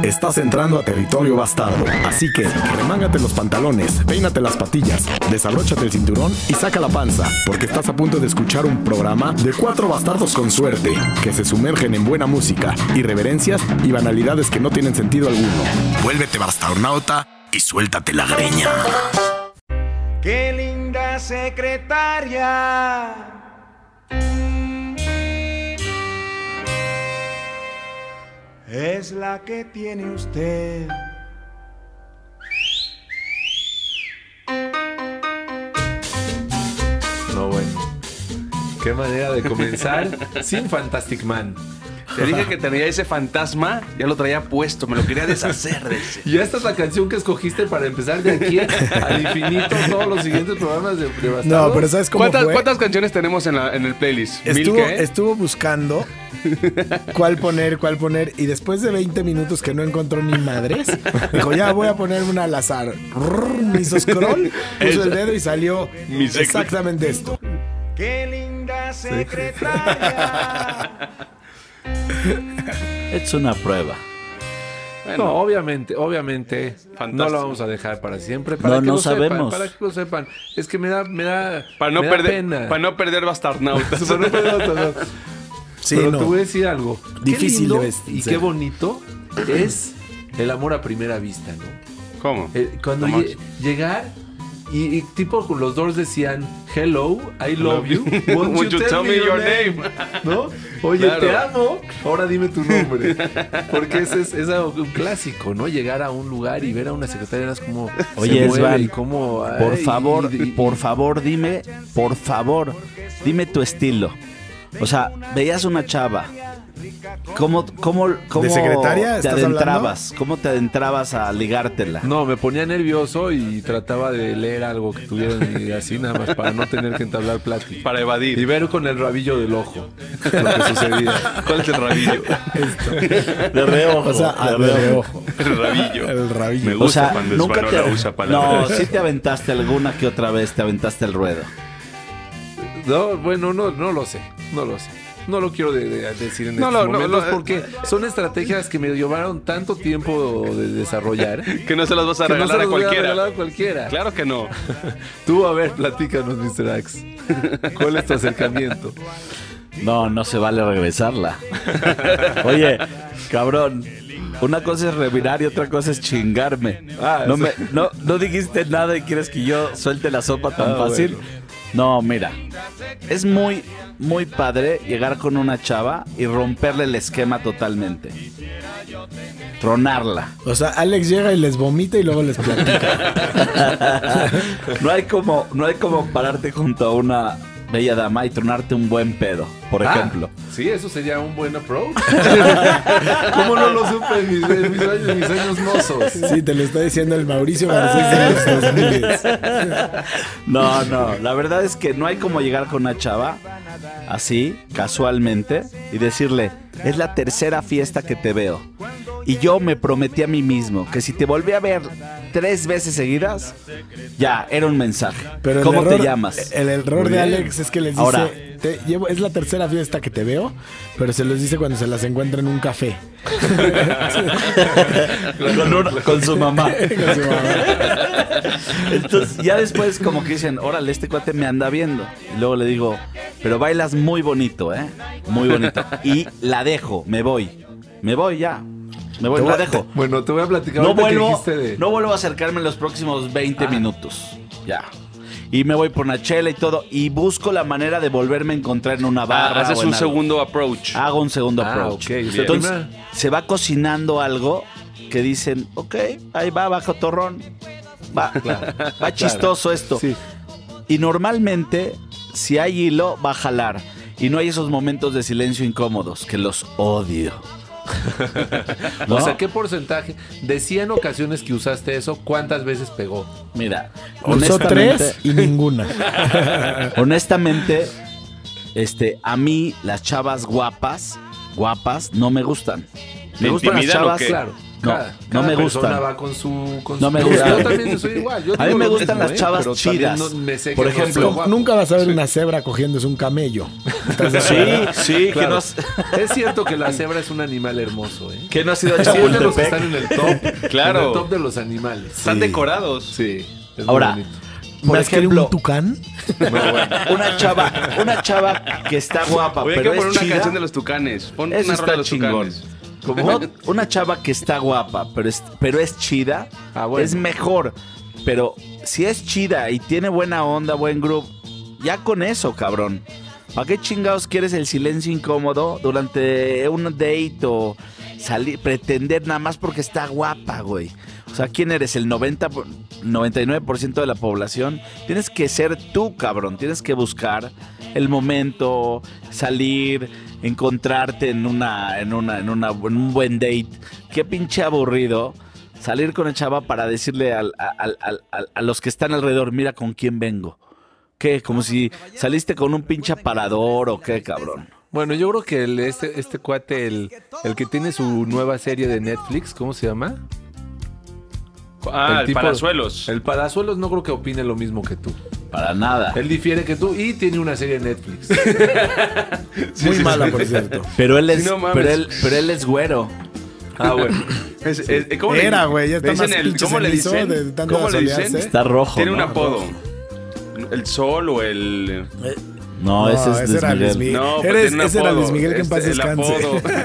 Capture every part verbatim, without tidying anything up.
Estás entrando a territorio bastardo. Así que remángate los pantalones, peínate las patillas, desabróchate el cinturón y saca la panza, porque estás a punto de escuchar un programa de cuatro bastardos con suerte, que se sumergen en buena música, irreverencias y banalidades que no tienen sentido alguno. Vuélvete bastarnauta y suéltate la greña. ¡Qué linda secretaria! Es la que tiene usted. No, bueno. Qué manera de comenzar sin Fantastic Man. Te dije que tenía ese fantasma, ya lo traía puesto, me lo quería deshacer de ese. Y esta es la canción que escogiste para empezar de aquí al infinito todos los siguientes programas de, de Bastardo. No, pero ¿sabes cómo ¿Cuántas, fue? ¿Cuántas canciones tenemos en, la, en el playlist? Estuvo, ¿Mil qué? estuvo buscando cuál poner, cuál poner. Y después de veinte minutos que no encontró ni madres, dijo, ya voy a poner una al azar. Me hizo scroll, puso el dedo y salió Mi secret- exactamente esto. ¡Qué linda secretaria! Es una prueba. Bueno, No, obviamente, obviamente Fantástico. no lo vamos a dejar para siempre. Para No, que no lo sepan, sabemos. para que lo sepan. Es que me da, me da, para no me da perder, pena. para no perder bastarnautas. Para no perder otro, no. Sí, Pero no. te voy a decir algo. Difícil Qué lindo debe y ser. qué bonito es el amor a primera vista, ¿no? ¿Cómo? Eh, cuando ¿Cómo? lle- llegar y, y tipo los dos decían hello, I love you, won't you tell me your name, ¿no? Oye, Claro. te amo, ahora dime tu nombre. Porque ese es, es algo- un clásico, ¿no? Llegar a un lugar y ver a una secretaria es como Oye, se mueve Esban, y cómo, Por ay, favor, y- y- por favor, dime, por favor, dime tu estilo. O sea, veías una chava. ¿Cómo, cómo, cómo ¿De secretaria te estás adentrabas? ¿Cómo te adentrabas a ligártela? No, me ponía nervioso y trataba de leer algo que tuviera en mi- así nada más para no tener que entablar plática. Para evadir. Y ver con el rabillo del ojo lo que sucedía. ¿Cuál es el rabillo? De reojo. O sea, a de de reojo. reojo. El rabillo. El rabillo. Me O gusta sea, cuando nunca Esbanola te... usa No, palabras. sí te aventaste alguna que otra vez, te aventaste el ruedo. No, bueno, no, no lo sé, no lo sé. No lo quiero de- de- decir en No, estos no, no, momentos no, porque son estrategias que me llevaron tanto tiempo de desarrollar que Que no se las vas a no se regalar las a voy cualquiera. regalar a cualquiera. Claro que no. Tú, a ver, platícanos, mister Axe. ¿Cuál es tu acercamiento? No, no se vale regresarla. Oye, cabrón, una cosa es revirar y otra cosa es chingarme. Ah, no, eso- me, no, no dijiste nada y quieres que yo suelte la sopa tan Ah, fácil. bueno. No, mira, es muy, muy padre llegar con una chava y romperle el esquema totalmente. Tronarla. O sea, Alex llega y les vomita y luego les platica. No hay como, no hay como pararte junto a una bella dama y tronarte un buen pedo, por Ah, ejemplo. sí, eso sería un buen approach. ¿Cómo no lo supe en mis, en mis años, en mis años mozos? Sí, te lo está diciendo el Mauricio Garcés de los dos mil. No, no, la verdad es que no hay como llegar con una chava así, casualmente, y decirle, es la tercera fiesta que te veo. Y yo me prometí a mí mismo que si te volví a ver tres veces seguidas, ya, era un mensaje. Pero el ¿Cómo error- te llamas? El error Muy de bien. Alex es que les dice, Ahora. te llevo, es la tercera fiesta que te veo, pero se los dice cuando se las encuentra en un café. con, una- con su mamá. Con su mamá. Entonces, ya después como que dicen, órale, este cuate me anda viendo. Y luego le digo, pero bailas muy bonito, ¿eh? Muy bonito. Y la dejo, me voy. Me voy ya. Me voy, Te la voy a- dejo. Bueno, te voy a platicar No ahorita que vuelvo, dijiste de... no vuelvo a acercarme en los próximos veinte Ah. minutos. Ya. Y me voy por una chela y todo. Y busco la manera de volverme a encontrar en una barra. Ah, haces o en un algo. segundo approach. Hago un segundo Ah, approach. ok. O sea, Entonces, primero- se va cocinando algo que dicen, ok, ahí va, va cotorrón. Va, va chistoso esto. Sí. Y normalmente, si hay hilo, va a jalar. Y no hay esos momentos de silencio incómodos, que los odio. ¿No? O sea, ¿qué porcentaje de cien ocasiones que usaste eso, cuántas veces pegó? Mira, Usó honestamente, tres y ninguna. honestamente, este, a mí las chavas guapas, guapas, no me gustan. ¿Te Me gustan las intimidan o chavas, qué? Claro. Cada, no cada me persona gustan. va con su... Con No su me yo, gustan. yo también soy igual. Yo A mí digo me lo gustan mismo, las chavas pero también chidas. no me sé Por que no ejemplo, soy Como- guapo. nunca vas a ver una cebra cogiéndose un camello. Sí, sí, que, Claro. no, Es cierto que la cebra es un animal hermoso, ¿eh? que no ha sido a Sí, es de los que Chapultepec. están en el top. Claro. En el top de los animales. Están decorados. Sí. es Ahora, muy bonito. por ¿Más que ejemplo, un tucán? una chava, una chava que está guapa, Oye, hay pero que poner es una chida. canción de los tucanes. Pon Eso una rola está de los chingón. tucanes. No, una chava que está guapa, pero es, pero es chida, Ah, bueno. es mejor. Pero si es chida y tiene buena onda, buen groove, ya con eso, cabrón. ¿Para qué chingados quieres el silencio incómodo durante un date o salir, pretender nada más porque está guapa, güey? O sea, ¿quién eres? ¿El noventa, por- noventa y nueve por ciento de la población? Tienes que ser tú, cabrón. Tienes que buscar el momento, salir, encontrarte en una, en una, en una, en un buen date. Qué pinche aburrido salir con el chava para decirle al- al- al- al- a los que están alrededor, mira con quién vengo. ¿Qué? Como si saliste con un pinche aparador o qué, cabrón. Bueno, yo creo que el- este, este cuate, el, el que tiene su nueva serie de Netflix, ¿cómo se llama? Ah, el tipo- Palazuelos. El Palazuelos no creo que opine lo mismo que tú. Para nada. Él difiere que tú y tiene una serie de Netflix. Muy mala, por cierto. Pero él es, Sí, no mames. pero él, pero él es güero. Ah, bueno. Es- es- ¿cómo le- Era, güey, ya está le dicen más el- pinche ¿Cómo le cenizo dicen? de tanto ¿Cómo le dicen? asolearse. Está rojo. Tiene un ¿no? apodo. El Sol o el... Eh, No, ese es Luis era Luis Miguel. Miguel. No, pero Eres- tiene un ese era apodo. Luis Miguel, que en Este, paz el descanse.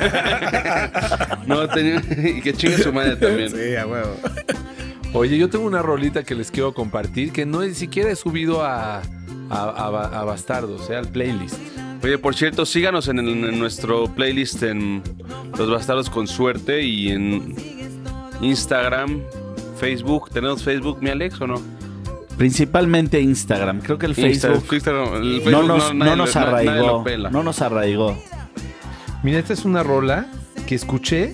apodo. No, tenía... Y que chingue su madre también. Sí, a huevo. Oye, yo tengo una rolita que les quiero compartir que no ni siquiera he subido a, a, a- a Bastardos, eh, al playlist. Oye, por cierto, síganos en, el- en nuestro playlist en Los Bastardos con Suerte y en Instagram, Facebook. ¿Tenemos Facebook, mi Alex, o no? Principalmente Instagram. Creo que el Facebook Insta- Instagram, el no Facebook nos, nadie no nos lo- na- nadie arraigó. lo pela. No nos arraigó. Mira, esta es una rola que escuché.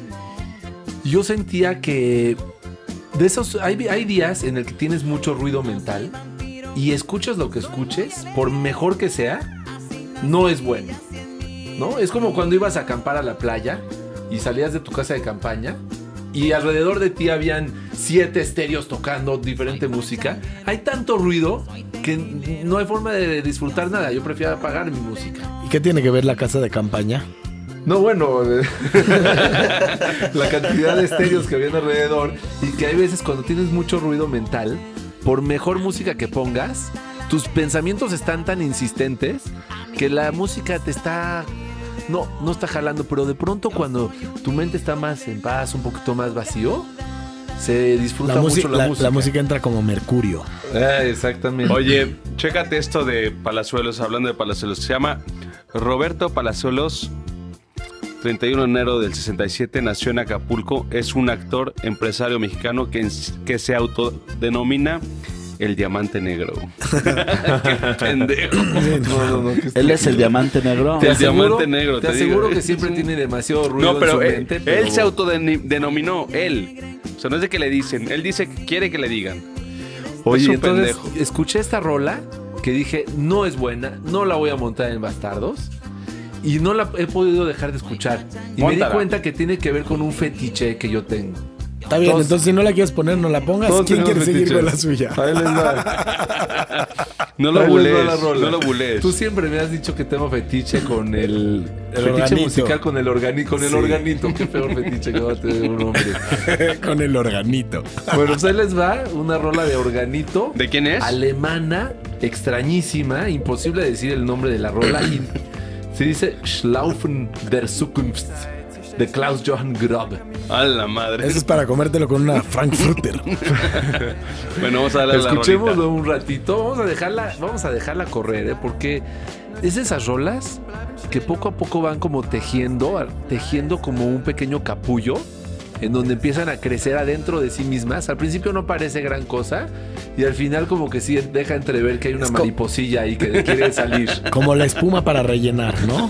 Yo sentía que de esos hay, hay días en el que tienes mucho ruido mental y escuchas lo que escuches, por mejor que sea, no es bueno. ¿No? Es como cuando ibas a acampar a la playa y salías de tu casa de campaña y alrededor de ti habían siete estéreos tocando diferente música. Hay tanto ruido que no hay forma de disfrutar nada. Yo prefiero apagar mi música. ¿Y qué tiene que ver la casa de campaña? No, bueno, la cantidad de estéreos que había alrededor y que hay veces cuando tienes mucho ruido mental, por mejor música que pongas, tus pensamientos están tan insistentes que la música te está... No, no está jalando, pero de pronto cuando tu mente está más en paz, un poquito más vacío, se disfruta La, mucho música, la, la, música. la música entra como mercurio. Ah, exactamente. Oye, chécate esto de Palazuelos, hablando de Palazuelos. Se llama Roberto Palazuelos, treinta y uno de enero del sesenta y siete, nació en Acapulco. Es un actor, empresario mexicano que, que se autodenomina el Diamante Negro. Qué pendejo. No, no, no, que Él es el diamante negro. Te El aseguro, diamante negro, te te digo. aseguro que Es siempre un- tiene demasiado ruido No, pero, en su él, mente. él pero- se autodenominó, él. O sea, no es de que le dicen, él dice que quiere que le digan. Oye, es un entonces pendejo. escuché esta rola que dije, no es buena, no la voy a montar en Bastardos. Y no la he podido dejar de escuchar. Y me Móntala. di cuenta que tiene que ver con un fetiche que yo tengo. Está bien, Todos- entonces si no la quieres poner, no la pongas. Todos ¿Quién quiere tenemos seguir fetiches. con la suya? Ahí les va. No lo Ahí les va bulees, la rola. no lo bulees. Tú siempre me has dicho que tengo fetiche con el... El fetiche organito. musical con el, organi con el Sí. organito. Qué peor fetiche que va a tener un hombre. Con el organito. Bueno, pues ahí les va una rola de organito. ¿De quién es? Alemana, extrañísima, imposible decir el nombre de la rola. Y se dice Schlaufen der Zukunft de Klaus Johann Grobe. A la madre. Eso es para comértelo con una Frankfurter. Bueno, vamos a darle a la Escuchémoslo rolita. un ratito. Vamos a dejarla, vamos a dejarla correr, ¿eh? Porque es de esas rolas que poco a poco van como tejiendo, tejiendo como un pequeño capullo en donde empiezan a crecer adentro de sí mismas. Al principio no parece gran cosa y al final como que sí deja entrever que hay una Es co- mariposilla ahí que quiere salir. Como la espuma para rellenar, ¿no?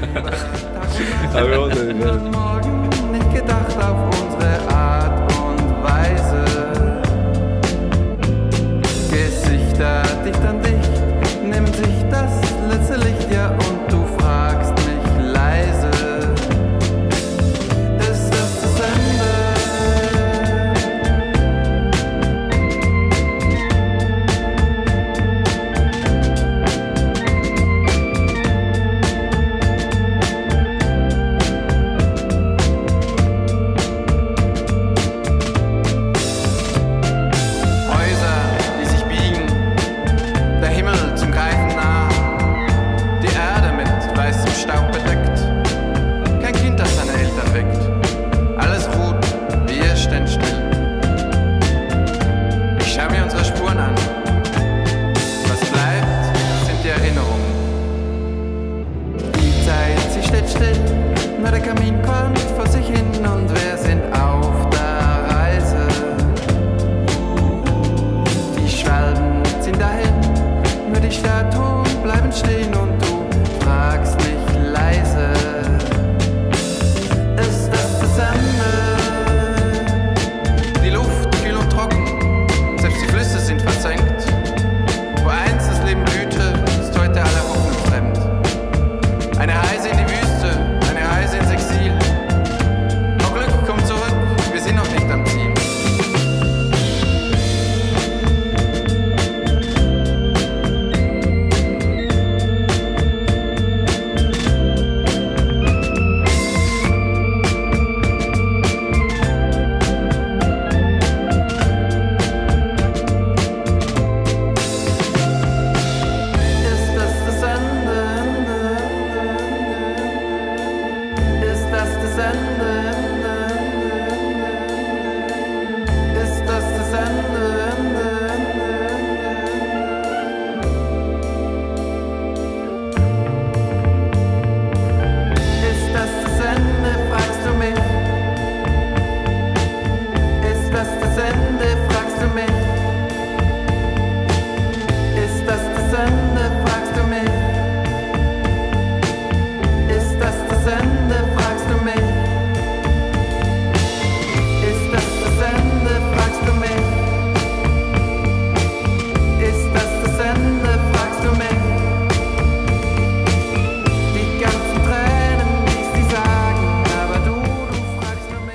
A ver, vamos a dejar. Morgen nicht gedacht auf unsere Art und Weise. Gesichter dicht an dicht, nimmt sich das letzte Licht, ja, und du fragst mich leise: Ist es das Ende?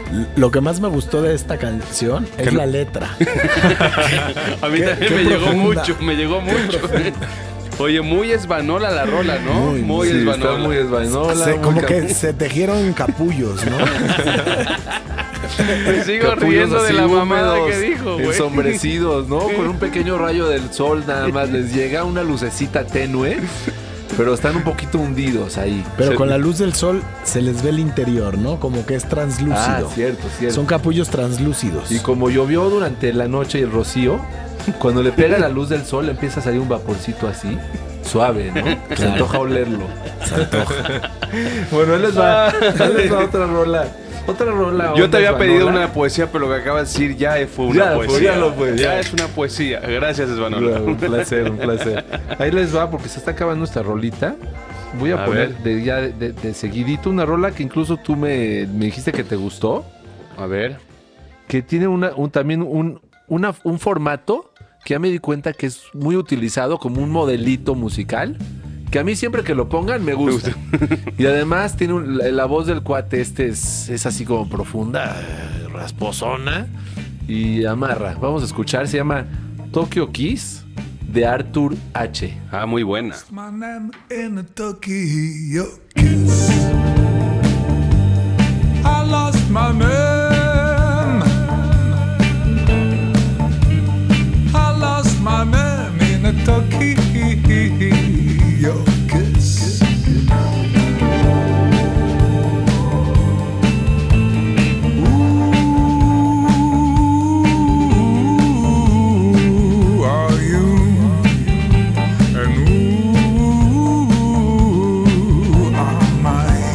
Lo que más me gustó de esta canción es la letra. A mí Qué- también qué me llegó profunda. mucho, me llegó mucho. Oye, muy esbanola la rola, ¿no? Muy, Muy, Sí, está esbanola. muy esbainola. Se- muy como cap- que se tejieron capullos, ¿no? Me sigo capullos riendo de así la mamada húmedos, que dijo, güey. ensombrecidos, ¿no? Con un pequeño rayo del sol nada más les llega una lucecita tenue, pero están un poquito hundidos ahí. Pero Se- con la luz del sol se les ve el interior, ¿no? Como que es Ah, translúcido. cierto, cierto. Son capullos translúcidos. Y como llovió durante la noche y el rocío, cuando le pega la luz del sol empieza a salir un vaporcito así, suave, ¿no? Se antoja olerlo. Se antoja. Bueno, él les va, él les va otra rola. Otra rola. Yo te onda había pedido esbanola. una poesía, pero lo que acabas de decir ya fue una Ya, fue, poesía. ya lo fue, Ya ya. es una poesía. Gracias, Esbanola. Un placer, un placer. Ahí les va porque se está acabando esta rolita. Voy a, A poner ver. de, ya de, de- de seguidito una rola que incluso tú me, me dijiste que te gustó. A ver. Que tiene una, un, también un, una- un formato que ya me di cuenta que es muy utilizado como un modelito musical. Que a mí siempre que lo pongan me gusta. Y además tiene un- la, la voz del cuate este es, es así como profunda, eh, rasposona y amarra. Vamos a escuchar, se llama Tokyo Kiss de Arthur H. Ah, muy buena. My name in a Tokyo kiss. I lost my name. I lost my name in a Tokyo kiss. Ooh, are you? And ooh, am I?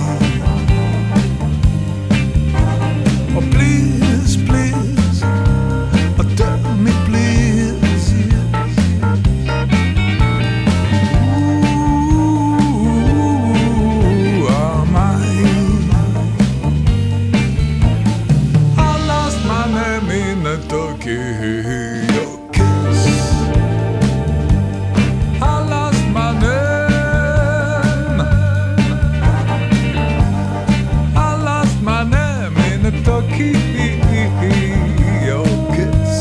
Oh, please, please, oh, tell me, please. Ooh, am I? I lost my name in a Tokyo kiss. I lost my name. I lost my name in a Tokyo kiss.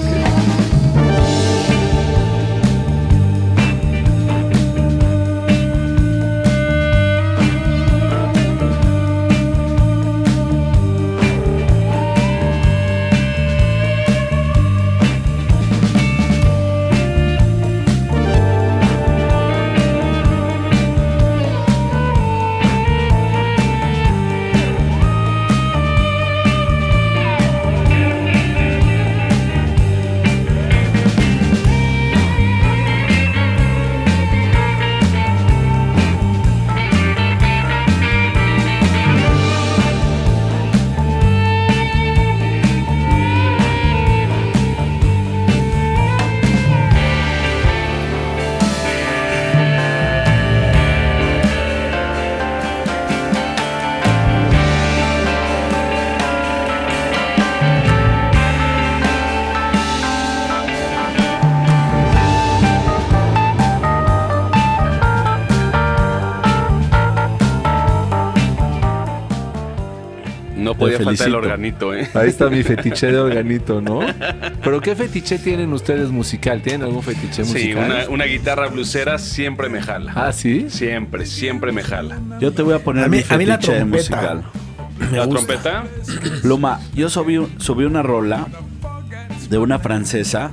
No podía Te faltar el felicito. organito, ¿eh? Ahí está mi fetiche de organito, ¿no? Pero ¿qué fetiche tienen ustedes musical? ¿Tienen algún fetiche musical? Sí, una, una guitarra blusera siempre me jala. Ah, ¿sí? Siempre, siempre me jala. Yo te voy a poner A mí- mi a mí la fetiche trompeta. musical. Me ¿La gusta. trompeta? Pluma, yo subí, un- subí una rola de una francesa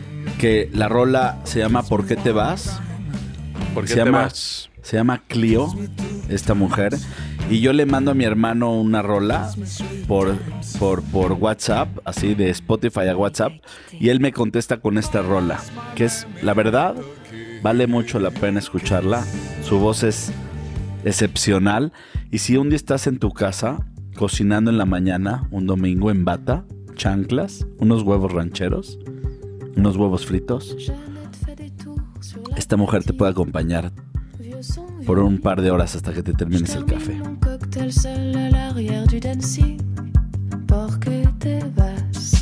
que la rola se llama ¿Por qué te vas? ¿Por qué se te llama, vas? Se llama Clio, esta mujer. Y yo le mando a mi hermano una rola por, por, por WhatsApp, así de Spotify a WhatsApp. Y él me contesta con esta rola, que es, la verdad, vale mucho la pena escucharla. Su voz es excepcional. Y si un día estás en tu casa, cocinando en la mañana, un domingo en bata, chanclas, unos huevos rancheros, unos huevos fritos, esta mujer te puede acompañar por un par de horas hasta que te termines el café. Un cocktail seul à l'arrière du dancing. Pour que te vas.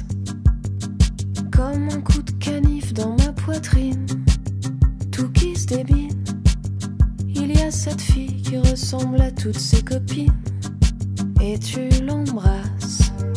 Comme un coup de canif dans ma poitrine. Tout qui se débine. Il y a cette fille qui ressemble à toutes ses copines. Et tu l'embrasses.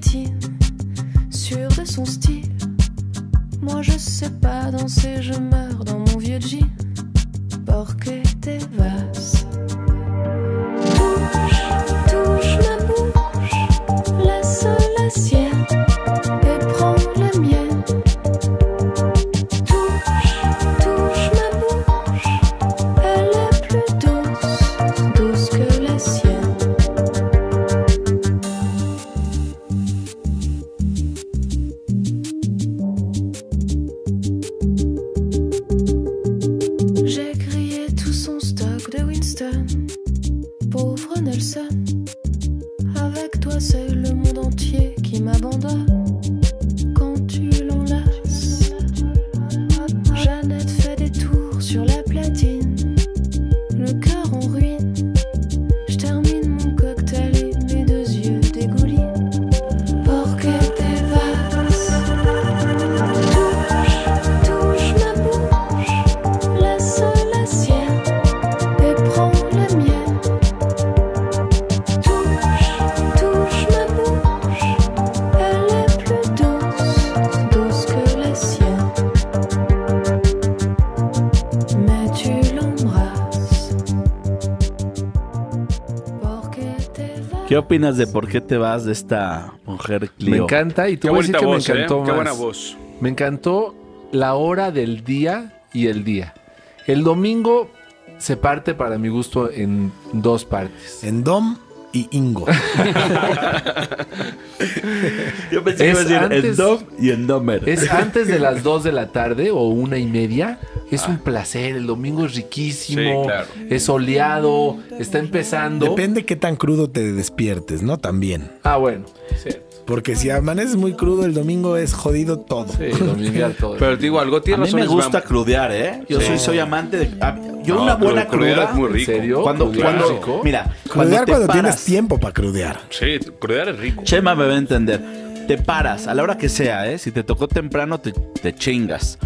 platine, sûr de son style. Moi je sais pas danser, je meurs dans mon vieux jean. Porque te vas. Touche, touche ma bouche, laisse la sienne et prends la mienne. Touche, touche ma bouche, elle est plus douce, douce que la sienne. J'ai grillé tout son stock de Winston, pauvre Nelson. Avec toi c'est le monde entier qui m'abandonne. Quand tu l'enlaces, Jeannette fait des tours sur la platine, le cœur en ruine. Je termine mon cocktail et mes deux yeux dégoulinent. Porque te vas. Touche, touche ma bouche, laisse la sienne et prends la mienne. Touche, touche ma bouche, elle est plus douce, douce que la sienne. Mais tu l'embrasses. Porque te vas. ¿Qué opinas de por qué te vas de esta mujer Clio? Me encanta y te Qué voy a decir bonita que voz, me encantó ¿eh? Qué más. buena voz. Me encantó la hora del día y el día. El domingo se parte para mi gusto en dos partes. En Dom y Ingo. Yo pensé que Es iba a decir en antes- Dom y en Domer. Es antes de las dos de la tarde o una y media. Es un placer. El domingo es riquísimo. Sí, claro. Es soleado. Está empezando. Depende qué tan crudo te despiertes, ¿no? También. Ah, bueno. Sí, Porque si amaneces muy crudo, el domingo es jodido todo. sí, dominguear todo. Pero te digo algo, A tienes mí razón. me Iván. gusta crudear, ¿eh? Yo Sí. soy, soy amante de... a- yo No, una pero buena crudear cruda... es muy ¿En rico. serio? Cuando, ¿Crudear cuando, es rico? mira, Crudear te cuando, paras- tienes tiempo para crudear. Sí, crudear es rico. Chema me va a entender. Te paras, a la hora que sea, ¿eh? Si te tocó temprano, te, te chingas.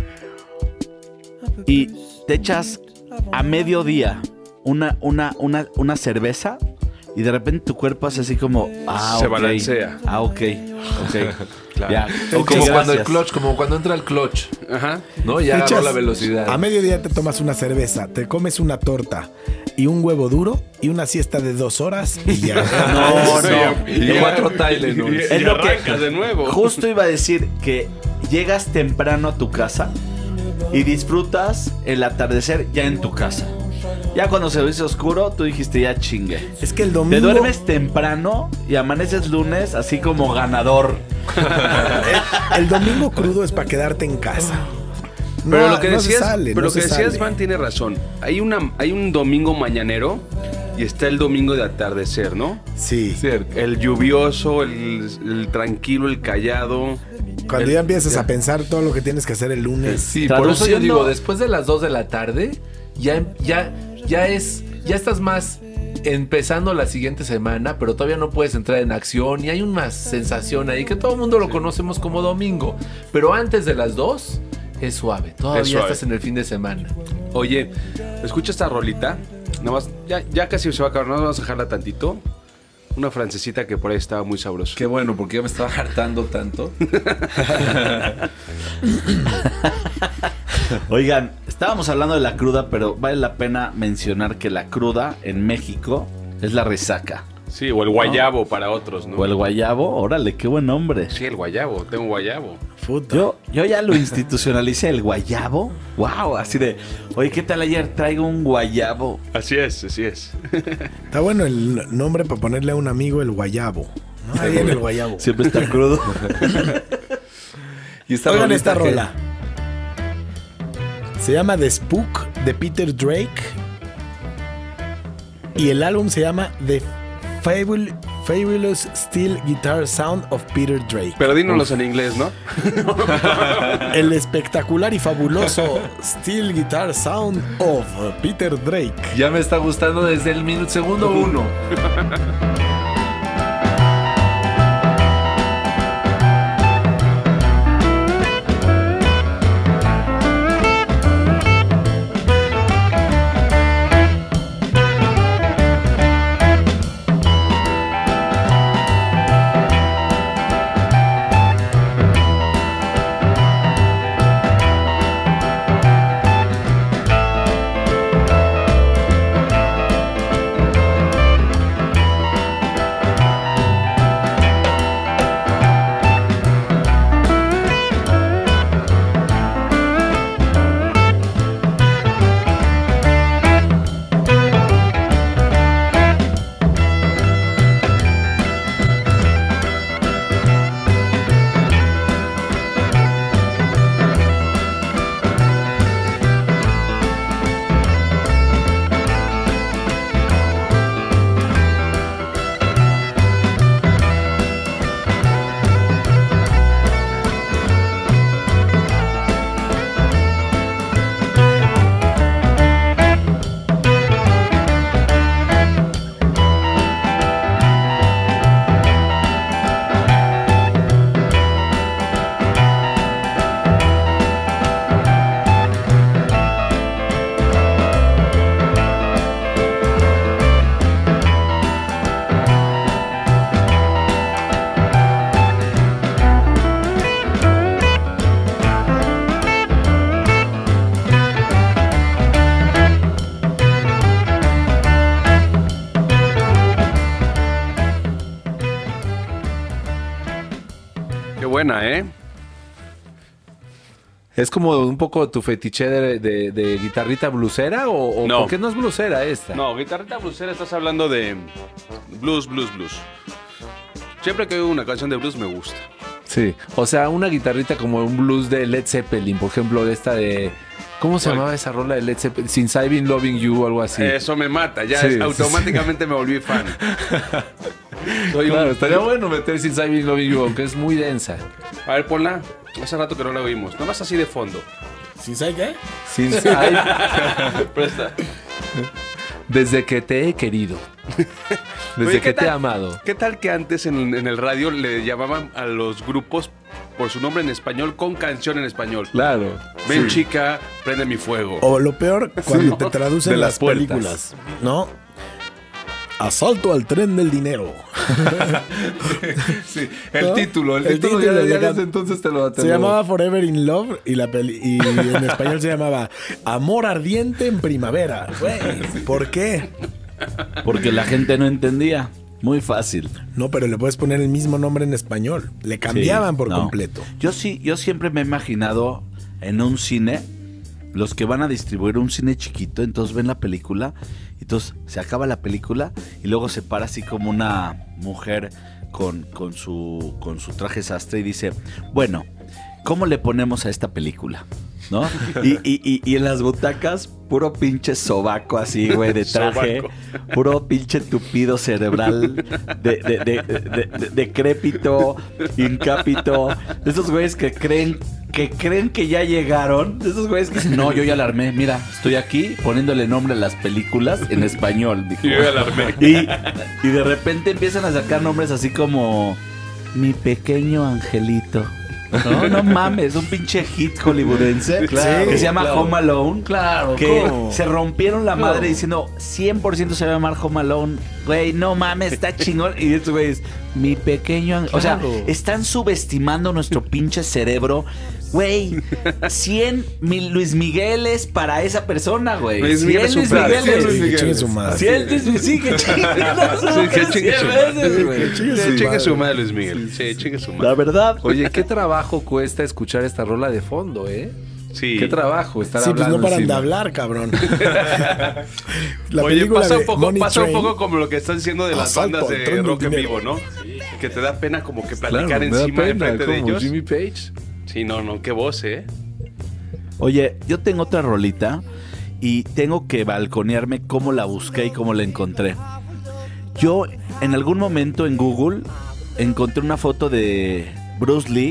Y te echas a mediodía una, una, una, una cerveza y de repente tu cuerpo hace así como... Ah, Se ok. balancea. Ah, ok. Ok. Claro. Ya. O Ok, como cuando el gracias. clutch, como cuando entra el clutch, Ajá. ¿no? Ya agarró Echas- la velocidad. A mediodía te tomas una cerveza, te comes una torta y un huevo duro y una siesta de dos horas y ya. No, no. Y cuatro Tylenol. Y, y Es lo que- arrancas de nuevo. Justo iba a decir que llegas temprano a tu casa y disfrutas el atardecer ya en tu casa. Ya cuando se hizo oscuro, tú dijiste ya chingue. Es que el Te domingo... duermes temprano y amaneces lunes así como ganador. El domingo crudo es para quedarte en casa. Pero No, lo que no se decías, sale, pero no lo que se decías, sale. Van, tiene razón. Hay una, hay un domingo mañanero y está el domingo de atardecer, ¿no? Sí. Cierto. El lluvioso, el, el tranquilo, el callado. Cuando El- ya empiezas ya. a pensar todo lo que tienes que hacer el lunes. Sí, por eso yo Traduciendo- digo, después de las dos de la tarde, ya, ya, ya es, ya estás más empezando la siguiente semana, pero todavía no puedes entrar en acción y hay una sensación ahí que todo el mundo lo conocemos como domingo. Pero antes de las dos es suave, todavía Es suave. estás en el fin de semana. Oye, escucha esta rolita. Nada más, ya, ya casi se va a acabar. Nada más vamos a dejarla tantito. Una francesita que por ahí estaba muy sabrosa. Qué bueno, porque ya me estaba hartando tanto. Oigan, estábamos hablando de la cruda, pero vale la pena mencionar que la cruda en México es la resaca. Sí, o el guayabo para otros, ¿no? O el guayabo, órale, qué buen nombre. Sí, el guayabo. Tengo guayabo. Puta. Yo, yo ya lo institucionalicé, el guayabo. Wow, así de, oye, ¿qué tal ayer? Traigo un guayabo. Así es, así es. Está bueno el nombre para ponerle a un amigo el guayabo. ¿No? Ahí en el guayabo. Siempre está crudo. Y esta Oigan rolita esta que- rola. Se llama The Spook de Peter Drake. Y el álbum se llama The Fabul- Fabulous Steel Guitar Sound of Peter Drake. Pero dínoslos en inglés, ¿no? El espectacular y fabuloso Steel Guitar Sound of Peter Drake. Ya me está gustando desde el minuto segundo uno. buena, ¿eh? ¿Es como un poco tu fetiche de, de- de guitarrita blusera? ¿O, o No. por qué no es blusera esta? No, guitarrita bluesera, estás hablando de blues, blues, blues. Siempre que oigo una canción de blues me gusta. Sí, o sea, una guitarrita como un blues de Led Zeppelin, por ejemplo, de esta de... ¿Cómo se ¿Cuál? llamaba esa rola de Led Zeppelin? Since I've Been Loving You o algo así. Eso me mata, ya Sí, es- sí, automáticamente me volví fan. Soy Claro, un- estaría bueno meter Since I've Been Loving You, aunque es muy densa. A ver, ponla. Hace rato que no la oímos. Nomás así de fondo. ¿Sí sabes qué? Since I- Presta. Desde que te he querido. Desde Oye, que ¿qué te he tal- amado. ¿Qué tal que antes en, en el radio le llamaban a los grupos por su nombre en español con canción en español? Claro. Ven Sí. chica, prende mi fuego. O lo peor, cuando te traducen De las las, puertas. películas, ¿no? Asalto al tren del dinero. Sí, el ¿No? título, el, El título, título ya, ya de- desde entonces te lo te Se lo- llamaba Forever in Love y, la peli- y en español se llamaba Amor ardiente en primavera. Güey, ¿por qué? Porque la gente no entendía. Muy fácil. No, pero le puedes poner el mismo nombre en español. Le cambiaban Sí, por no. completo. Yo sí, yo siempre me he imaginado en un cine, los que van a distribuir un cine chiquito, entonces ven la película, entonces se acaba la película y luego se para así como una mujer con, con, su, con su traje sastre y dice, bueno, ¿cómo le ponemos a esta película? ¿No? Y, y, y, y en las butacas, puro pinche sobaco así, güey, de traje. Sobaco. Puro pinche tupido cerebral, de, de, de, de- de- decrépito, incápito. De esos güeyes que creen, que creen que ya llegaron. De esos güeyes que dicen, no, yo ya la armé. Mira, estoy aquí poniéndole nombre a las películas en español. Dijo. Yo ya la armé. Y, y de repente empiezan a sacar nombres así como Mi pequeño angelito. No, no mames, un pinche hit hollywoodense Claro, que se llama claro. Home Alone. Claro, Que ¿cómo? se rompieron la madre No. diciendo cien por ciento se va a llamar Home Alone. Güey, no mames, está chingón. Y estos güeyes, mi pequeño ángel. O sea, Claro. están subestimando nuestro pinche cerebro. Güey, cien mil Luis Migueles para esa persona, güey. Luis Miguel es cien un Luis crack, Migueles. cien Luis Sí, Miguel. chingue su madre. cien Luis Miguel. Sí, que chingue Sí, que chingue su cien veces, güey. Que chingue Sí, su chingue madre. su madre Luis Miguel. Sí, chingue su La madre. verdad. Oye, qué trabajo cuesta escuchar esta rola de fondo, ¿eh? Sí. Qué trabajo estar Sí, pues hablando no paran de encima. hablar, cabrón. La Oye, película pasa de un poco, Money pasa un Train, poco como lo que están diciendo de las Asalto bandas al de tren del rock en dinero. vivo, ¿no? Que te da pena como que Claro, platicar me da encima pena, enfrente de como ellos. Jimmy Page. Sí, no, no, qué voz, ¿eh? Oye, yo tengo otra rolita y tengo que balconearme cómo la busqué y cómo la encontré. Yo en algún momento en Google encontré una foto de Bruce Lee,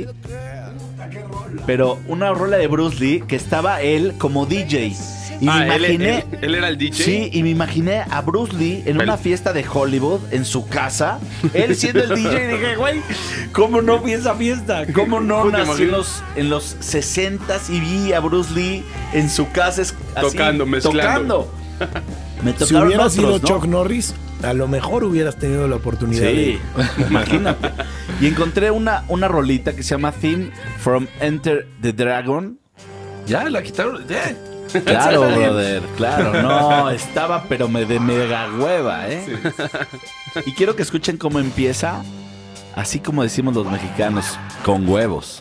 pero una rola de Bruce Lee que estaba él como D J. Y Ah, me él- imaginé... él- él era el D J. Sí, y me imaginé a Bruce Lee en El- una fiesta de Hollywood, en su casa, él siendo el D J, y dije, güey, ¿cómo no vi esa fiesta? ¿Cómo no ¿Te nací en imaginas? los, en los sesentas y vi a Bruce Lee en su casa es- así, Tocando, mezclando. tocando? Me Si tocaron hubiera otros, sido ¿no? Chuck Norris, a lo mejor hubieras tenido la oportunidad de... Sí, imagínate. Y encontré una, una rolita que se llama Theme from Enter the Dragon. Ya, la quitaron. ya. Claro, brother, claro, no, estaba pero me de mega hueva, ¿eh? Y quiero que escuchen cómo empieza, así como decimos los mexicanos, con huevos.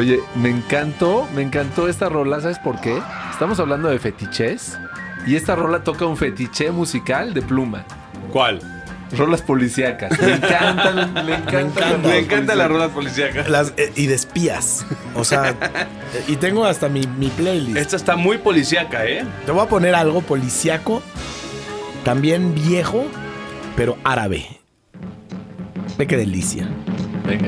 Oye, me encantó, me encantó esta rola, ¿sabes por qué? Estamos hablando de fetiches y esta rola toca un fetiche musical de Pluma. ¿Cuál? Rolas policíacas. Me encantan, me encantan. Me encantan las rolas policíacas. Las, eh, y de espías. O sea, eh, y tengo hasta mi, mi playlist. Esta está muy policíaca, ¿eh? Te voy a poner algo policíaco, también viejo, pero árabe. Ve qué delicia. Venga.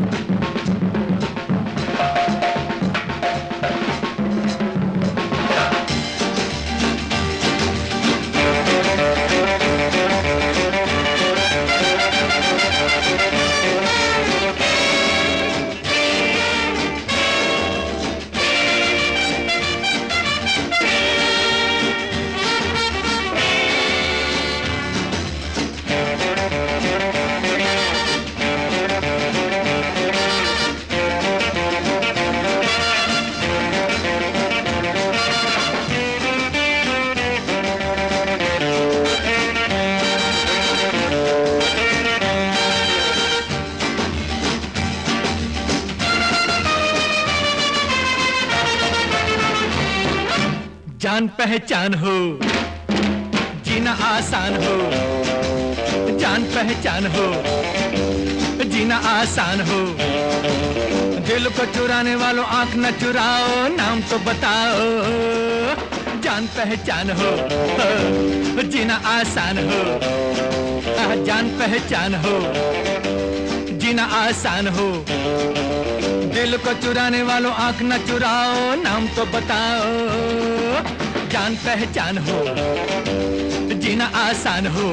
जान पहचान हो जीना आसान हो जान पहचान हो जीना आसान हो दिल को चुराने वालों आंख न चुराओ नाम तो बताओ जान पहचान हो जीना आसान हो जान पहचान हो जीना आसान हो दिल को चुराने वालों आंख न चुराओ नाम तो बताओ जान पहचान हो जीना आसान हो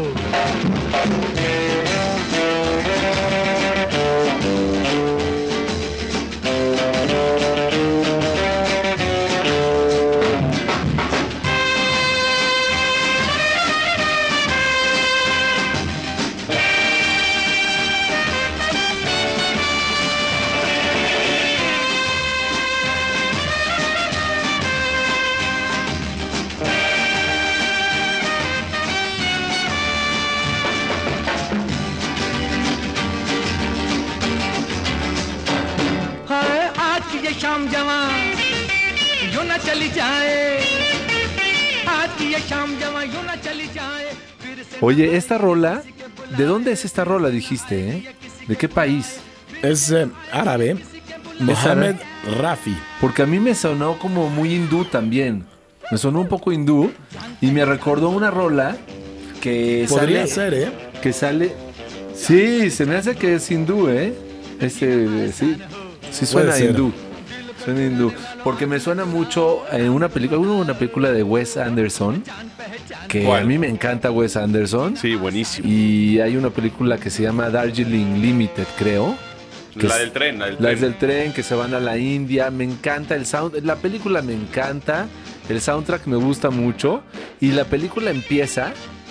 शाम जवां यूं न चली जाए आज की ये शाम जवां यूं न चली जाए फिर से Oye, esta rola, ¿de dónde es esta rola, dijiste, eh? ¿De qué país? Es eh, árabe. Mohamed Rafi. Porque a mí me sonó como muy hindú también. Me sonó un poco hindú y me recordó una rola que Podría sale, ser, ¿eh? que sale. Sí, se me hace que es hindú, ¿eh? Este, sí, sí suena Puede ser. hindú. Suena hindú. Porque me suena mucho en una película, hubo una película de Wes Anderson, que ¿Cuál? a mí me encanta Wes Anderson. Sí, buenísimo. Y hay una película que se llama Darjeeling Limited, creo. que La es- del tren, la del Las tren. del tren que se van a la India. Me encanta el sound. La película me encanta. El soundtrack me gusta mucho. Y la película empieza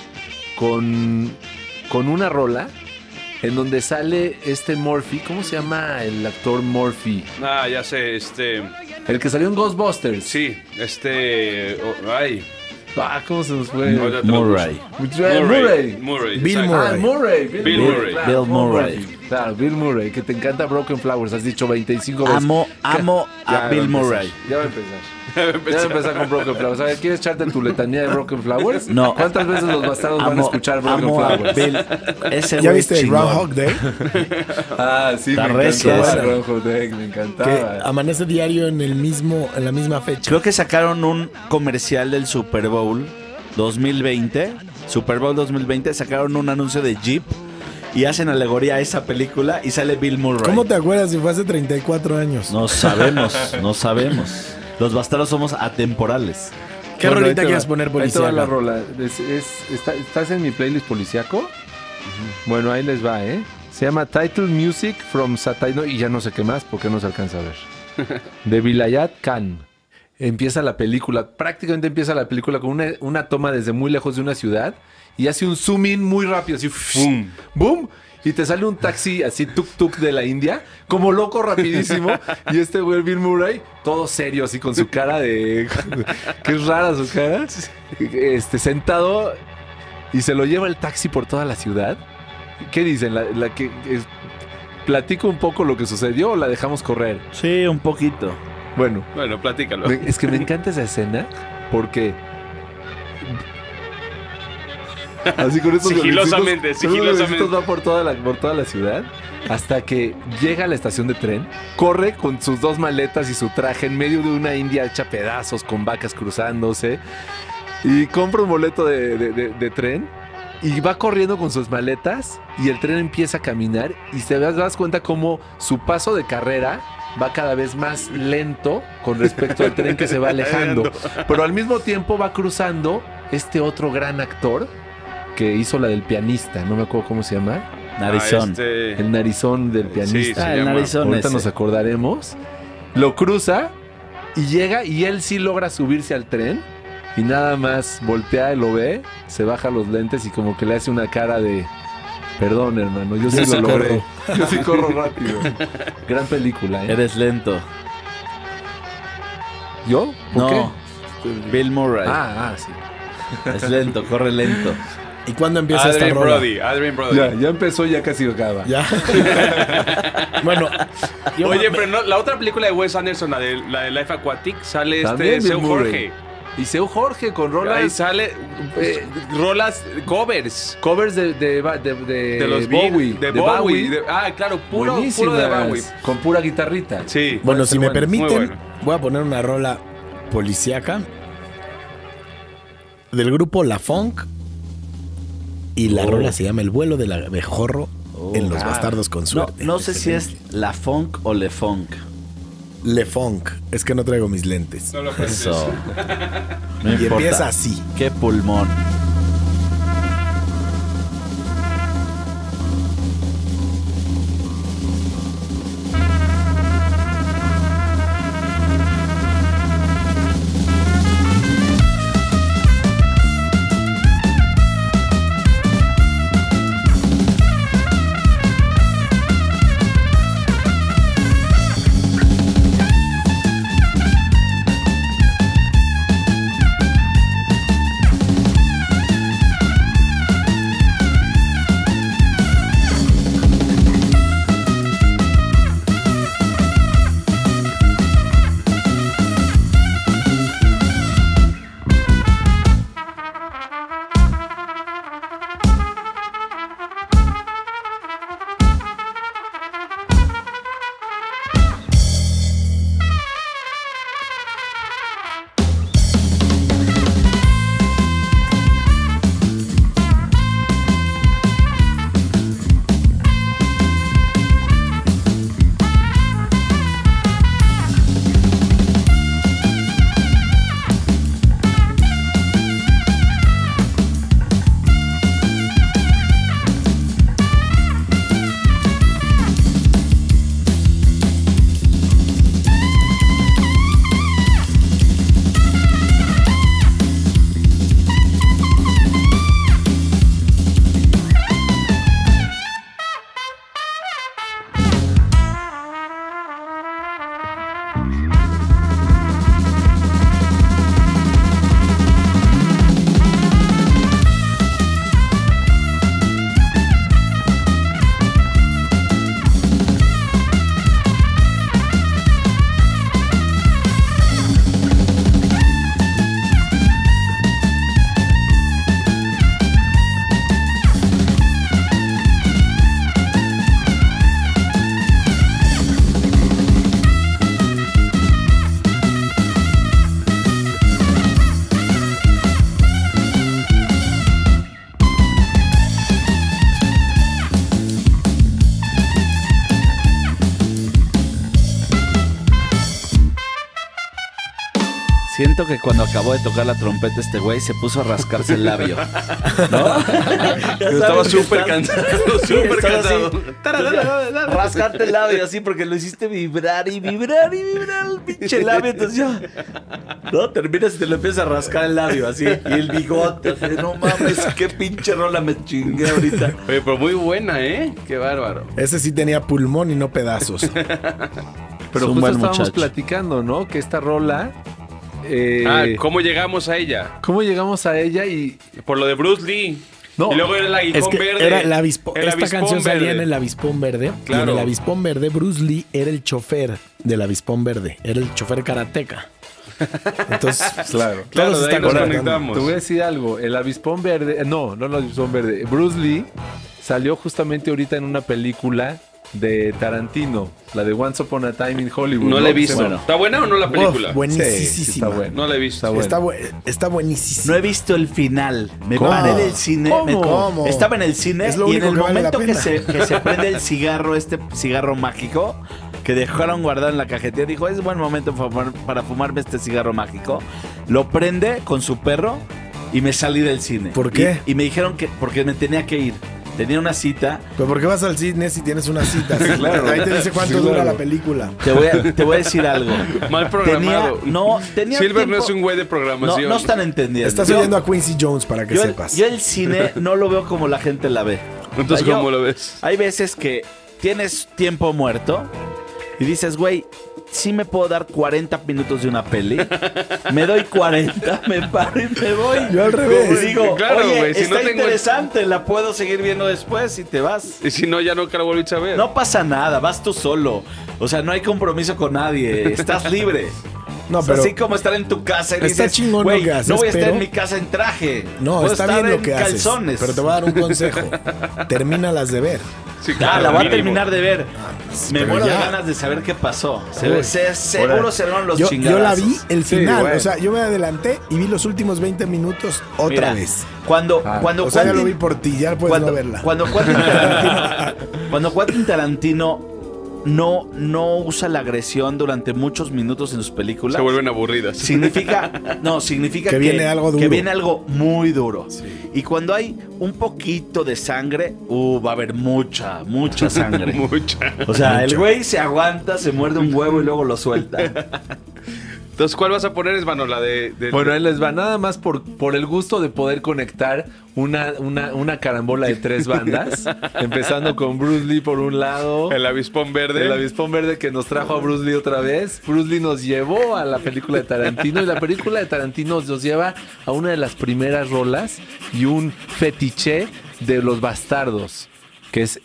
con, con una rola en donde sale este Murphy. ¿Cómo se llama el actor Murphy? Ah, ya sé, este... El que salió en Ghostbusters. Sí, este... oh, ay. Ah, ¿cómo se nos fue? Ahorita te lo Murray. busco. Murray. Murray. Murray. Bill exacto. Ah, Murray. Bill, Bill Murray. Claro, Bill Murray. Murphy. Claro, Bill Murray, que te encanta Broken Flowers. Has dicho veinticinco veces. Amo, amo Ya a va Bill empezar, Murray. Ya va a empezar. Ya va a empezar con Broken Flowers. A ver, ¿quieres echarte tu letanía de Broken Flowers? No. ¿Cuántas veces los bastardos van a Amo, escuchar Broken amo a Flowers? Bill. Ese ¿Ya güey viste es el chingón. Groundhog Day? Ah, sí, Está me recia encantó. esa. Groundhog Day, me Que encantaba. amanece diario en el mismo, en la misma fecha. Creo que sacaron un comercial del Super Bowl dos mil veinte. Super Bowl dos mil veinte. Sacaron un anuncio de Jeep y hacen alegoría a esa película y sale Bill Murray. ¿Cómo te acuerdas si fue hace treinta y cuatro años? No sabemos, no sabemos. Los bastardos somos atemporales. ¿Qué Bueno, ahí rolita te quieres va. poner Ahí te va policíaca? la rola. Es- es- está- ¿Estás en mi playlist policiaco? Bueno, ahí les va, ¿eh? Se llama Title Music from Satay. No, y ya no sé qué más porque no se alcanza a ver. De Vilayat Khan. Empieza la película. Prácticamente empieza la película con una, una toma desde muy lejos de una ciudad y hace un zoom in muy rápido. Así, Boom. ¡boom! Y te sale un taxi así tuk-tuk de la India, como loco rapidísimo. Y este güey, Bill Murray, todo serio, así con su cara de... que es rara su cara. Este, sentado y se lo lleva el taxi por toda la ciudad. ¿Qué dicen? La, la que es- ¿platico un poco lo que sucedió o la dejamos correr? Sí, un poquito. Bueno. Bueno, platícalo. Me- es que me encanta esa escena porque... Así con estos Sigilosamente, golpecitos- con estos sigilosamente. golpecitos va por toda, la, por toda la ciudad hasta que llega a la estación de tren, corre con sus dos maletas y su traje en medio de una India hecha pedazos con vacas cruzándose y compra un boleto de, de- de- de tren y va corriendo con sus maletas y el tren empieza a caminar y te das, das cuenta cómo su paso de carrera va cada vez más lento con respecto al tren que se va alejando, pero al mismo tiempo va cruzando este otro gran actor que hizo la del pianista, no me acuerdo cómo se llama. Narizón. Ah, este- El narizón del pianista. Sí, se Ah, el llama. narizón Ahorita ese. nos acordaremos. Lo cruza y llega y él sí logra subirse al tren y nada más voltea y lo ve, se baja los lentes y como que le hace una cara de perdón, hermano, yo sí Yo sí lo logré. corro. Yo sí corro rápido. Gran película, ¿eh? Eres lento. ¿Yo? ¿Por No. qué? Bill Murray. Ah, ah, sí. Es lento, corre lento. ¿Y cuándo empieza esta Adrien rola? Brody, Adrien Brody. Ya, ya empezó, ya casi acaba. Ya. Bueno, yo Oye, me- pero no, la otra película de Wes Anderson, la de, la de Life Aquatic, sale También este Bill Seu Murray. Jorge. Y Seu Jorge con Ahí rolas, sale eh, rolas covers covers de, de, de, de, de los Bowie. Beatles, de, Bowie. de- ah, claro, puro, puro Buenísimas, de Bowie. con pura guitarrita. Sí. bueno, si me bueno, muy permiten, bueno. voy a poner una rola policíaca del grupo La Funk y la Oh. rola se llama El vuelo del abejorro en Los Ah. Bastardos con No, suerte. no sé si es la funk o le funk. Le Funk, es que no traigo mis lentes. No lo puedes Eso. No Y importa. empieza así. Qué pulmón. Siento que cuando acabó de tocar la trompeta este güey se puso a rascarse el labio. ¿No? Estaba súper cansado, súper cansado. Rascarte el labio así porque lo hiciste vibrar y vibrar y vibrar el pinche labio. Entonces ya, no, terminas y te lo empiezas a rascar el labio así. Y el bigote, así de, no mames, qué pinche rola me chingué ahorita. Oye, pero muy buena, ¿eh? Qué bárbaro. Ese sí tenía pulmón y no pedazos. Pero Es un justo buen estábamos muchacho. platicando, ¿no? Que esta rola... eh, Ah, ¿cómo llegamos a ella? ¿Cómo llegamos a ella? Y Por lo de Bruce Lee. No, y luego era el aguijón Es que verde. era el avispo- El esta avispón canción salía verde. en el avispón verde. Claro. Y en el avispón verde, Bruce Lee era el chofer del avispón verde. Era el chofer karateca. Entonces, Claro. Claro, todos de ahí están nos conectando. conectamos. Te voy a decir algo. El avispón verde. eh, No, no el avispón verde. Bruce Lee salió justamente ahorita en una película de Tarantino, la de Once Upon a Time in Hollywood. No la he visto. Bueno, ¿Está buena o no la película? Uf, buenísima. sí, sí está bueno. No la he visto. Está bueno. Está, bu- está buenísimo. No he visto el final. Me ¿Cómo? paré del cine. ¿Cómo? me- ¿Cómo? Estaba en el cine Es lo y en único el que vale la momento que pena. se, que se prende el cigarro, este cigarro mágico, que dejaron guardado en la cajetilla, dijo, es buen momento para, fumar- para fumarme este cigarro mágico. Lo prende con su perro y me salí del cine. ¿Por qué? Y, y me dijeron que porque me tenía que ir. Tenía una cita. ¿Pero por qué vas al cine si tienes una cita? Claro. Ahí te dice cuánto Sí, dura claro. la película. Te voy a, te voy a decir algo. Mal programado. Tenía, no, tenía Silver tiempo- no es un güey de No, programación. no están entendiendo. Estás Yo- oyendo a Quincy Jones para que yo, el- sepas. yo el cine no lo veo como la gente la ve. Entonces, O sea, yo- ¿cómo lo ves? Hay veces que tienes tiempo muerto y dices, güey, sí me puedo dar cuarenta minutos de una peli. Me doy cuarenta, me paro y me voy. Yo al revés. Y digo, Claro, oye, güey, si está no tengo- interesante, la puedo seguir viendo después y te vas. Y si no, ya nunca lo volviste a ver. No pasa nada, vas tú solo. O sea, no hay compromiso con nadie, estás libre. No, O sea, pero así como estar en tu casa y está dices, chingón lo güey, que haces, no voy a estar pero- en mi casa en traje. no, Puedo está estar bien lo en que haces. calzones. Pero te voy a dar un consejo. Termínalas de ver. Sí, Ah, claro, la voy a mínimo. terminar de ver. Me pero muero de ya. ganas de saber qué pasó. Se Uy. ve, se- seguro serán los Yo, chingados. yo la vi el Sí, final. bueno. O sea, yo me adelanté y vi los últimos veinte minutos otra vez. Cuando, Ah, cuando O sea, ya Quentin- lo vi por ti, ya puedes cuando, no verla. Cuando Quentin Tarantino, cuando Quentin Tarantino no, no usa la agresión durante muchos minutos en sus películas. Se vuelven aburridas. Significa, no, significa Que que, viene algo duro. que viene algo muy duro. Y cuando hay un poquito de sangre, uh, va a haber mucha, mucha sangre. Mucha. O sea, el güey se aguanta, se muerde un huevo y luego lo suelta. Entonces, ¿cuál vas a poner, hermano? La de... de- Bueno, ahí les va. Nada más por, por el gusto de poder conectar una, una, una carambola de tres bandas. Empezando con Bruce Lee por un lado. El avispón verde. El avispón verde que nos trajo a Bruce Lee otra vez. Bruce Lee nos llevó a la película de Tarantino. Y la película de Tarantino nos lleva a una de las primeras rolas y un fetiche de los bastardos. Que es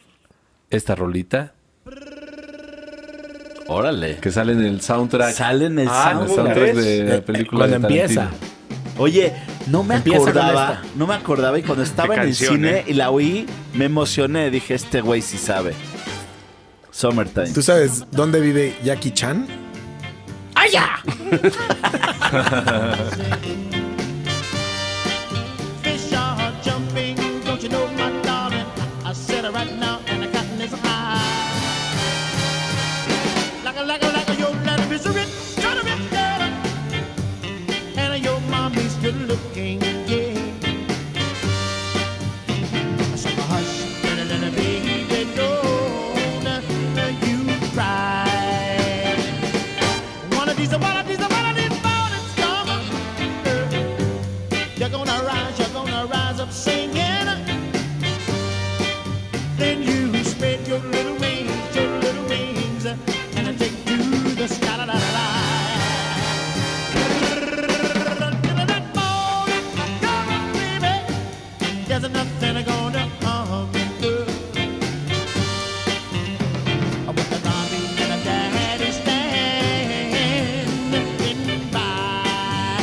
esta rolita. Órale. Que sale en el soundtrack. Sale en el Ah, en el soundtrack. soundtrack de la película Cuando de Tarantino. empieza. Oye, no me Empieza con acordaba, esta. no me acordaba y cuando estaba en canción, el cine ¿eh? y la oí, me emocioné, dije, este güey sí sabe. Summertime. ¿Tú sabes dónde vive Jackie Chan? ¡Allá! Fish are jumping, don't you know, my darling? I said it right now, and the cotton is high. Like a, like a, like a, your daddy is a rich, kind of rich girl, and your mommy's good looking, yeah. So hush, little, little baby, don't you cry. One of these, one of these, one of these mornings come, you're gonna rise, you're gonna rise up singing. Then you spread your little wings, your little wings, and take to the sky. La, la, la, la. Till that morning comes, baby, there's nothing gonna harm you. With the mommy and the daddy standing by.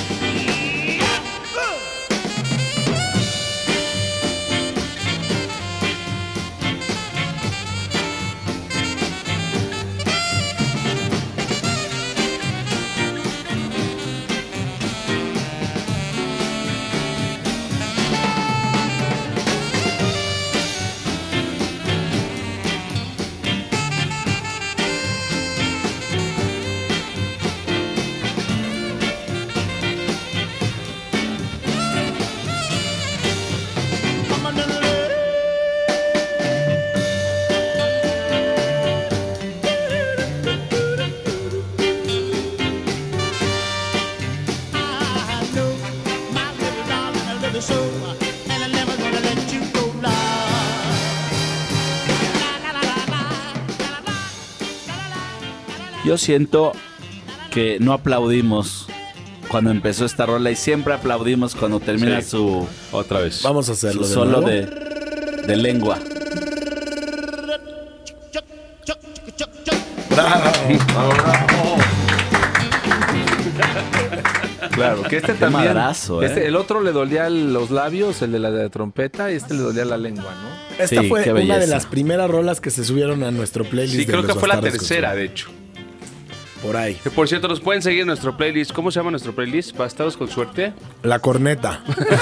I know my little darling, I love you so, and I'm never gonna let you go, love. La, la, la, la, la, la, la, la, la, la, la, la. Yo siento que no aplaudimos cuando empezó esta rola y siempre aplaudimos cuando termina Sí. su, Otra vez. Vamos a hacerlo su de solo nuevo. de, de lengua. Claro, que este Qué también. madrazo, ¿eh? Este, el otro le dolía los labios, el de la de trompeta, y este le dolía la lengua, ¿no? Esta Sí, fue qué una de belleza. las primeras rolas que se subieron a nuestro playlist. Sí, de creo Los que fue la Bastardos con tercera, Suerte. de hecho. Por ahí. Que por cierto, nos pueden seguir en nuestro playlist. ¿Cómo se llama nuestro playlist? Bastardos con Suerte. La corneta.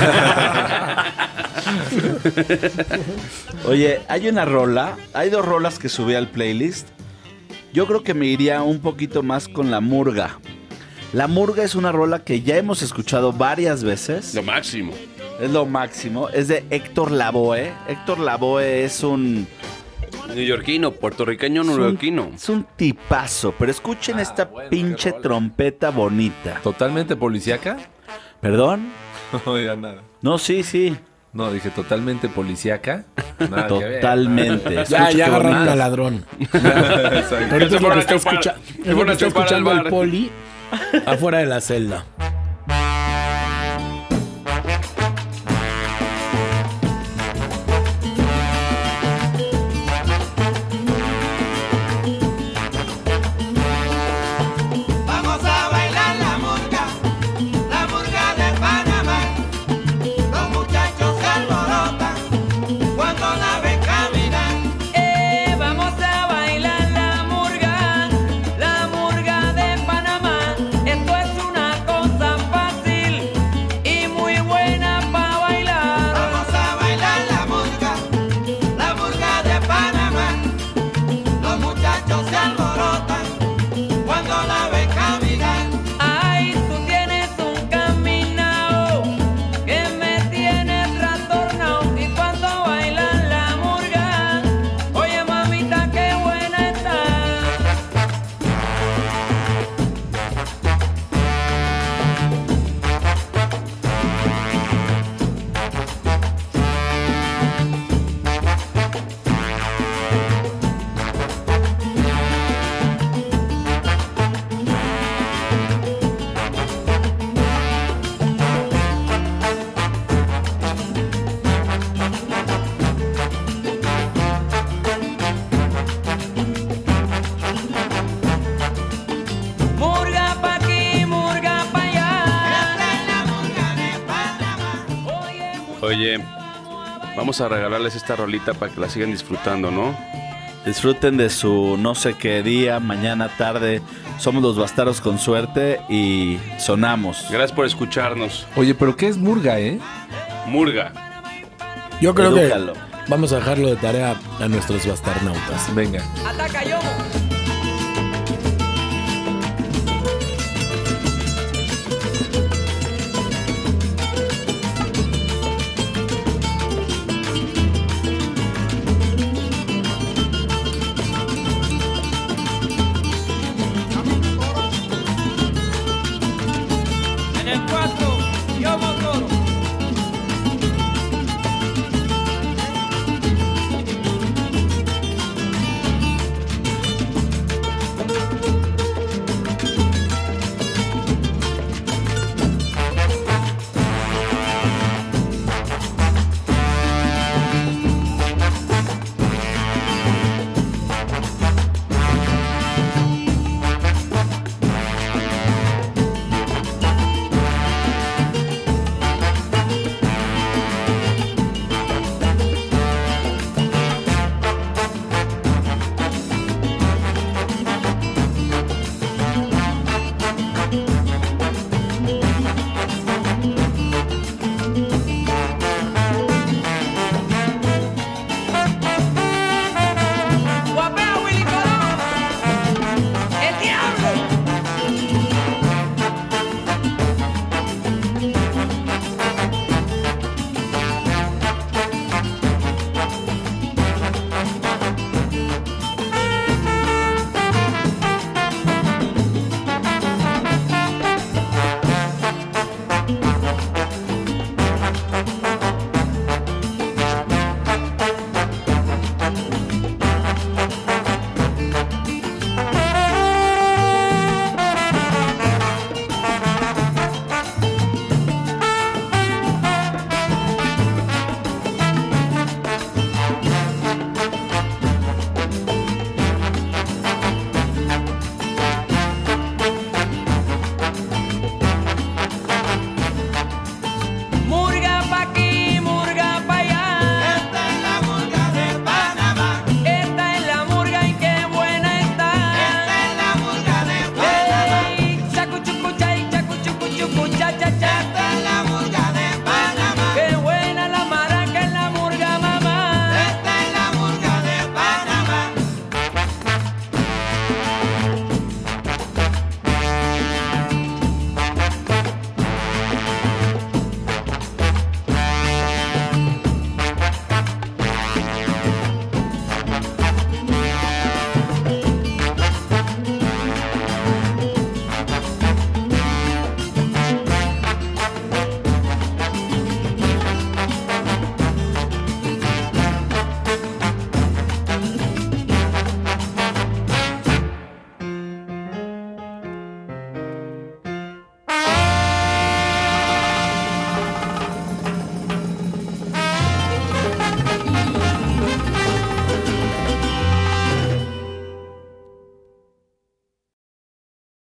Oye, hay una rola, hay dos rolas que subí al playlist. Yo creo que me iría un poquito más con La Murga. La Murga es una rola que ya hemos escuchado varias veces. Lo máximo. Es lo máximo. Es de Héctor Lavoe. Héctor Lavoe es un... Neoyorquino, puertorriqueño, es un- neoyorquino. Es un tipazo. Pero escuchen esta bueno, pinche qué rola. trompeta bonita. ¿Totalmente policíaca? ¿Perdón? No, ya nada. No, sí, sí. No, dije totalmente policíaca. Nada que ver. Totalmente. Ya, Escucha ya qué agarraron bonita. al ladrón. Exacto. Ahorita es lo fueron que a está, chupar- escucha- se es lo fueron que a está chupar al escuchando el bar. poli afuera de la celda. Vamos a bailar la murga, la murga de Panamá. Los muchachos se alborotan cuando la ven caminar. Eh, vamos a bailar la murga, la murga de Panamá. Esto es una cosa fácil y muy buena para bailar. Vamos a bailar la murga, la murga de Panamá. Los muchachos se alborotan cuando la ven caminar. Ay, tú tienes un caminao que me tienes trastornado. Y cuando bailan la murga, oye mamita, qué buena está. Murga pa' aquí, murga pa' allá. La murga de Panamá. Oye, Oye, vamos a regalarles esta rolita para que la sigan disfrutando, ¿no? Disfruten de su no sé qué día, mañana, tarde. Somos Los Bastardos con Suerte y sonamos. Gracias por escucharnos. Oye, pero ¿qué es murga, eh? Murga. Yo creo Edúcalo. que vamos a dejarlo de tarea a nuestros bastarnautas. Venga. ataca yomo.